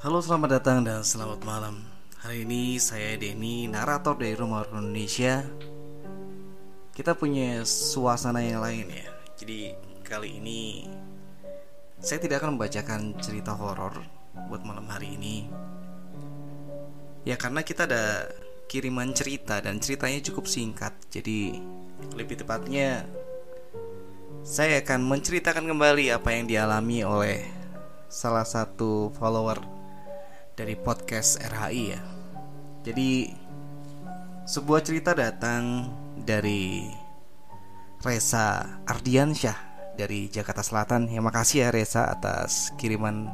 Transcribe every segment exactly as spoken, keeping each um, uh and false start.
Halo, selamat datang dan selamat malam. Hari ini saya Denny, narator dari Rumah Horor Indonesia. Kita punya suasana yang lain ya. Jadi kali ini saya tidak akan membacakan cerita horor buat malam hari ini. Ya karena kita ada kiriman cerita dan ceritanya cukup singkat. Jadi lebih tepatnya saya akan menceritakan kembali apa yang dialami oleh salah satu follower dari podcast R H I ya. Jadi sebuah cerita datang dari Reza Ardiansyah dari Jakarta Selatan. Ya makasih ya Reza atas kiriman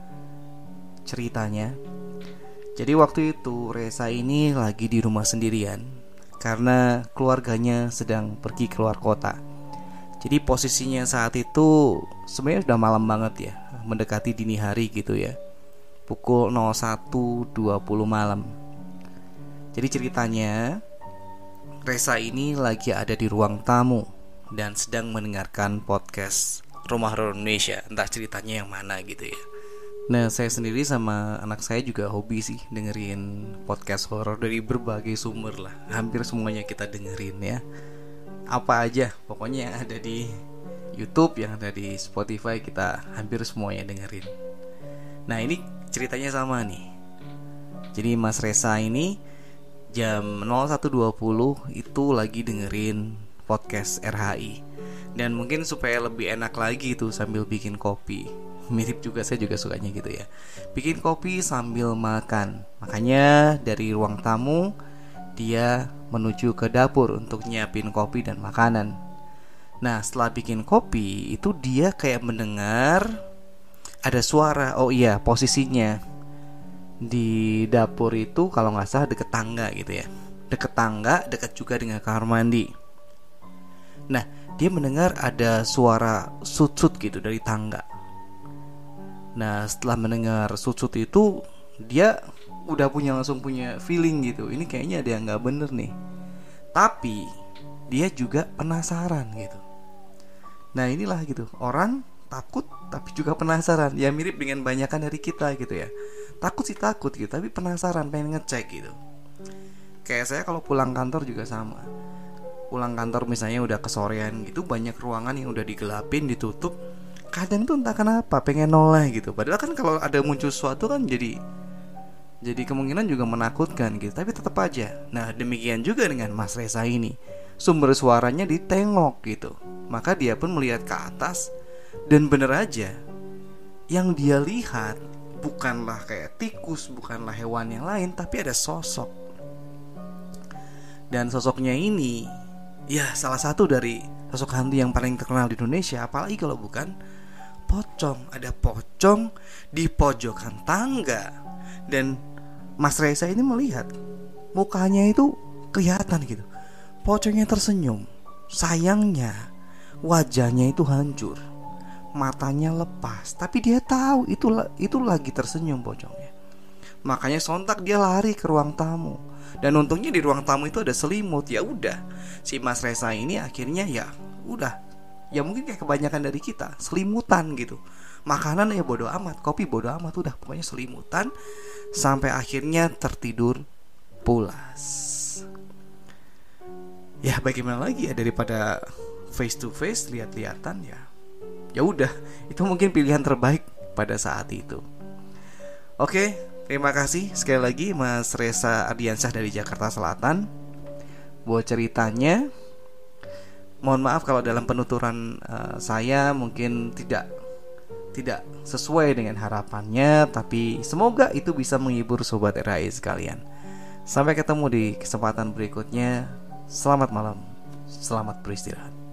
ceritanya. Jadi waktu itu Reza ini lagi di rumah sendirian karena keluarganya sedang pergi keluar kota. Jadi posisinya saat itu sebenarnya sudah malam banget ya, mendekati dini hari gitu ya, pukul nol satu dua puluh malam. Jadi ceritanya Reza ini lagi ada di ruang tamu dan sedang mendengarkan podcast Rumah Horor Indonesia. Entah ceritanya yang mana gitu ya. Nah saya sendiri sama anak saya juga hobi sih dengerin podcast horor dari berbagai sumber lah. Hampir semuanya kita dengerin ya. Apa aja pokoknya yang ada di YouTube, yang ada di Spotify, kita hampir semuanya dengerin. Nah ini ceritanya sama nih. Jadi Mas Reza ini jam nol satu dua puluh itu lagi dengerin podcast R H I. Dan mungkin supaya lebih enak lagi tuh sambil bikin kopi. Mirip juga, saya juga sukanya gitu ya. Bikin kopi sambil makan. Makanya dari ruang tamu dia menuju ke dapur untuk nyiapin kopi dan makanan. Nah setelah bikin kopi itu dia kayak mendengar ada suara. Oh iya, posisinya di dapur itu kalau nggak salah deket tangga gitu ya. Deket tangga, deket juga dengan kamar mandi. Nah dia mendengar ada suara sut-sut gitu dari tangga. Nah setelah mendengar sut-sut itu dia udah punya langsung punya feeling gitu, ini kayaknya ada yang nggak bener nih. Tapi dia juga penasaran gitu. Nah inilah gitu, orang takut tapi juga penasaran. Ya mirip dengan banyakan dari kita gitu ya. Takut sih takut gitu, tapi penasaran, pengen ngecek gitu. Kayak saya kalau pulang kantor juga sama. Pulang kantor misalnya udah kesorean gitu, banyak ruangan yang udah digelapin, ditutup. Kadang tuh entah kenapa pengen noleh gitu. Padahal kan kalau ada muncul sesuatu kan jadi Jadi kemungkinan juga menakutkan gitu. Tapi tetap aja. Nah demikian juga dengan Mas Reza ini. Sumber suaranya ditengok gitu. Maka dia pun melihat ke atas. Dan bener aja, yang dia lihat bukanlah kayak tikus, bukanlah hewan yang lain, tapi ada sosok. Dan sosoknya ini ya salah satu dari sosok hantu yang paling terkenal di Indonesia. Apalagi kalau bukan pocong. Ada pocong di pojokan tangga. Dan Mas Reza ini melihat mukanya itu kelihatan gitu, pocongnya tersenyum. Sayangnya wajahnya itu hancur, matanya lepas, tapi dia tahu itu itu lagi tersenyum pocongnya. Makanya sontak dia lari ke ruang tamu. Dan untungnya di ruang tamu itu ada selimut. Ya udah, si Mas Reza ini akhirnya ya udah, ya mungkin kayak kebanyakan dari kita, selimutan gitu. Makanan ya bodo amat, kopi bodo amat, udah pokoknya selimutan sampai akhirnya tertidur pulas. Ya bagaimana lagi ya, daripada face to face, lihat-lihatan ya. Ya udah, itu mungkin pilihan terbaik pada saat itu. Oke, terima kasih sekali lagi Mas Reza Ardiansyah dari Jakarta Selatan buat ceritanya. Mohon maaf kalau dalam penuturan uh, saya mungkin tidak tidak sesuai dengan harapannya, tapi semoga itu bisa menghibur sobat R H I sekalian. Sampai ketemu di kesempatan berikutnya. Selamat malam, selamat beristirahat.